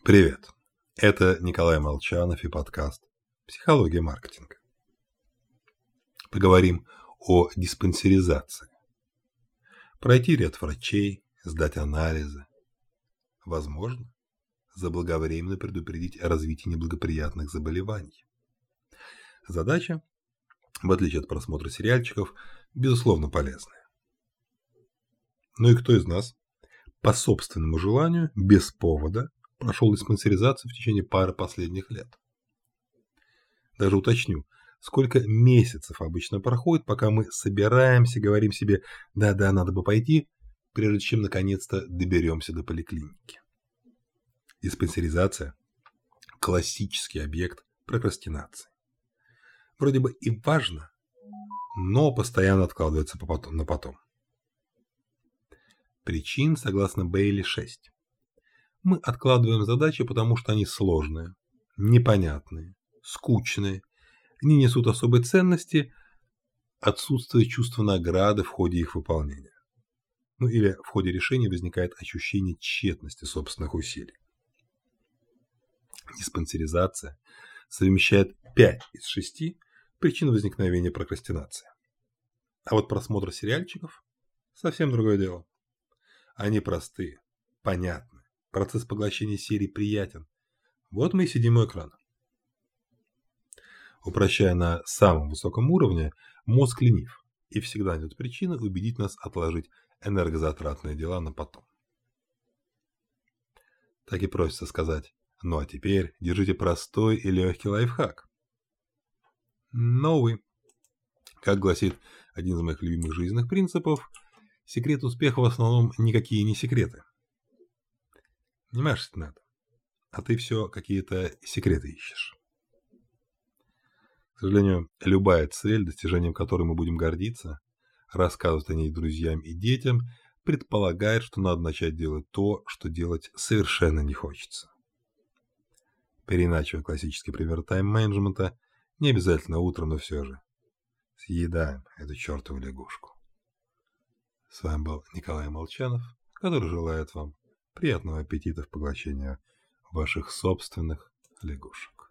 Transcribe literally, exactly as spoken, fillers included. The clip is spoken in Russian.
Привет! Это Николай Молчанов и подкаст «Психология маркетинга». Поговорим о диспансеризации. Пройти ряд врачей, сдать анализы. Возможно, заблаговременно предупредить о развитии неблагоприятных заболеваний. Задача, в отличие от просмотра сериальчиков, безусловно полезная. Ну и кто из нас по собственному желанию, без повода, прошел диспансеризацию в течение пары последних лет? Даже уточню, сколько месяцев обычно проходит, пока мы собираемся, говорим себе «да-да, надо бы пойти», прежде чем наконец-то доберемся до поликлиники. Диспансеризация – классический объект прокрастинации. Вроде бы и важно, но постоянно откладывается на потом. Причин, согласно Бейли, шесть. Мы откладываем задачи, потому что они сложные, непонятные, скучные, не несут особой ценности, отсутствует чувство награды в ходе их выполнения. Ну или в ходе решения возникает ощущение тщетности собственных усилий. Диспансеризация совмещает пять из шести причин возникновения прокрастинации. А вот просмотр сериальчиков – совсем другое дело. Они простые, понятны, процесс поглощения серий приятен. Вот мы и сидим у экрана. Упрощая на самом высоком уровне, мозг ленив и всегда найдет причины убедить нас отложить энергозатратные дела на потом. Так и просится сказать: ну а теперь держите простой и легкий лайфхак. Но, увы, как гласит один из моих любимых жизненных принципов, секрет успеха в основном никакие не секреты. Не машет надо, а ты все какие-то секреты ищешь. К сожалению, любая цель, достижением которой мы будем гордиться, рассказывать о ней друзьям и детям, предполагает, что надо начать делать то, что делать совершенно не хочется. Переиначивая классический пример тайм-менеджмента, не обязательно утром, но все же. Съедаем эту чертову лягушку. С вами был Николай Молчанов, который желает вам приятного аппетита в поглощении ваших собственных лягушек.